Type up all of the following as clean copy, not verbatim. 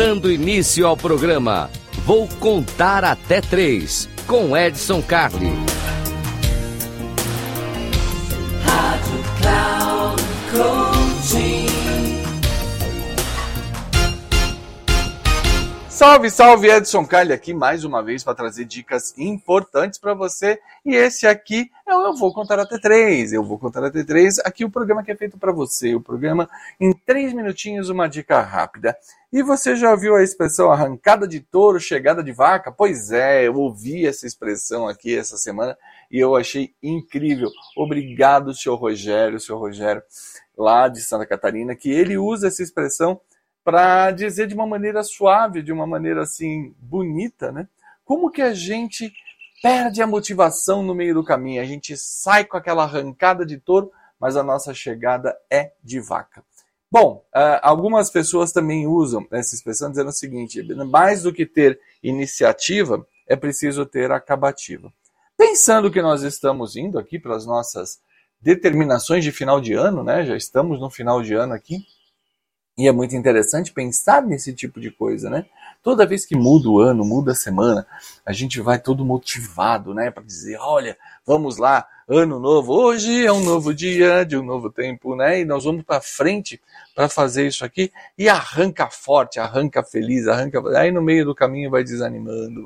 Dando início ao programa, vou contar até 3, com Edson Carli. Rádio Cloud Coaching. Salve, salve, Edson Carli aqui mais uma vez para trazer dicas importantes para você. E esse aqui é o Eu Vou Contar Até 3. Eu Vou Contar Até 3, aqui o programa que é feito para você. O programa em 3 minutinhos, uma dica rápida. E você já ouviu a expressão arrancada de touro, chegada de vaca? Pois é, eu ouvi essa expressão aqui essa semana e eu achei incrível. Obrigado, senhor Rogério, lá de Santa Catarina, que ele usa essa expressão para dizer de uma maneira suave, de uma maneira assim bonita, né? Como que a gente perde a motivação no meio do caminho? A gente sai com aquela arrancada de touro, mas a nossa chegada é de vaca. Bom, algumas pessoas também usam essa expressão dizendo o seguinte: mais do que ter iniciativa, é preciso ter acabativa. Pensando que nós estamos indo aqui para as nossas determinações de final de ano, né? Já estamos no final de ano aqui. E é muito interessante pensar nesse tipo de coisa, né? Toda vez que muda o ano, muda a semana, a gente vai todo motivado, né? Para dizer, olha, vamos lá, ano novo, hoje é um novo dia de um novo tempo, né? E nós vamos para frente para fazer isso aqui e arranca forte, arranca feliz, arranca... Aí no meio do caminho vai desanimando,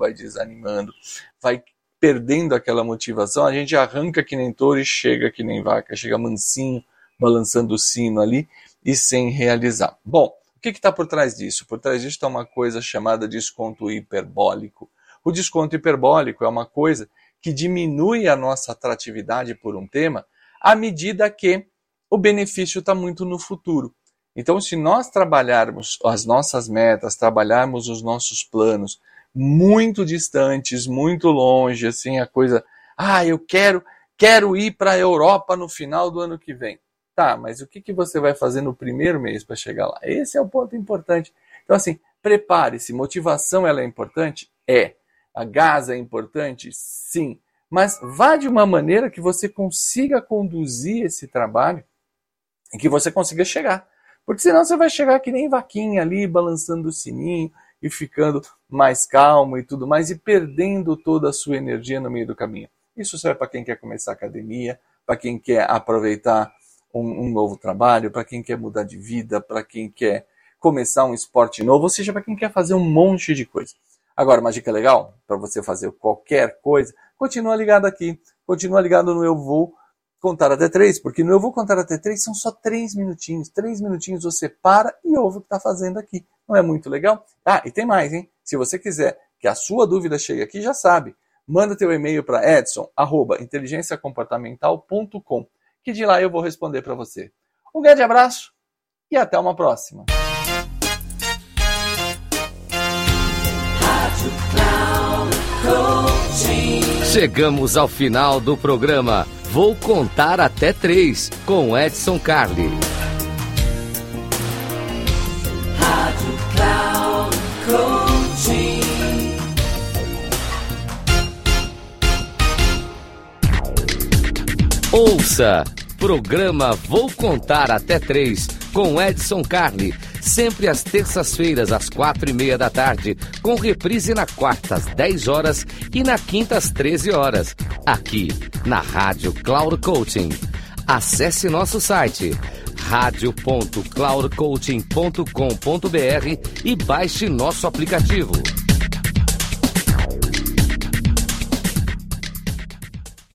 vai perdendo aquela motivação, a gente arranca que nem touro e chega que nem vaca, chega mansinho, balançando o sino ali, e sem realizar. Bom, o que está por trás disso? Por trás disso está uma coisa chamada desconto hiperbólico. O desconto hiperbólico é uma coisa que diminui a nossa atratividade por um tema à medida que o benefício está muito no futuro. Então, se nós trabalharmos as nossas metas, trabalharmos os nossos planos muito distantes, muito longe, assim, a coisa, eu quero ir para a Europa no final do ano que vem. Tá, mas o que você vai fazer no primeiro mês para chegar lá? Esse é o ponto importante. Então, assim, prepare-se. Motivação, ela é importante? É. A gás é importante? Sim. Mas vá de uma maneira que você consiga conduzir esse trabalho e que você consiga chegar. Porque senão você vai chegar que nem vaquinha ali, balançando o sininho e ficando mais calmo e tudo mais e perdendo toda a sua energia no meio do caminho. Isso serve para quem quer começar a academia, para quem quer aproveitar um novo trabalho, para quem quer mudar de vida, para quem quer começar um esporte novo, ou seja, para quem quer fazer um monte de coisa. Agora, uma dica legal para você fazer qualquer coisa, continua ligado aqui, continua ligado no Eu Vou Contar Até 3, porque no Eu Vou Contar Até 3 são só 3 minutinhos. 3 minutinhos você para e ouve o que está fazendo aqui. Não é muito legal? E tem mais, hein? Se você quiser que a sua dúvida chegue aqui, já sabe. Manda teu e-mail para edson@inteligenciacomportamental.com. que de lá eu vou responder para você. Um grande abraço e até uma próxima. Chegamos ao final do programa. Vou Contar Até 3, com Edson Carli. Rádio Cloud Coaching. Ouça! Programa Vou Contar Até 3, com Edson Carli, sempre às terças-feiras, às 4:30 da tarde, com reprise na quarta, às 10 horas e na quinta, às 13 horas, aqui na Rádio Cloud Coaching. Acesse nosso site radio.cloudcoaching.com.br e baixe nosso aplicativo.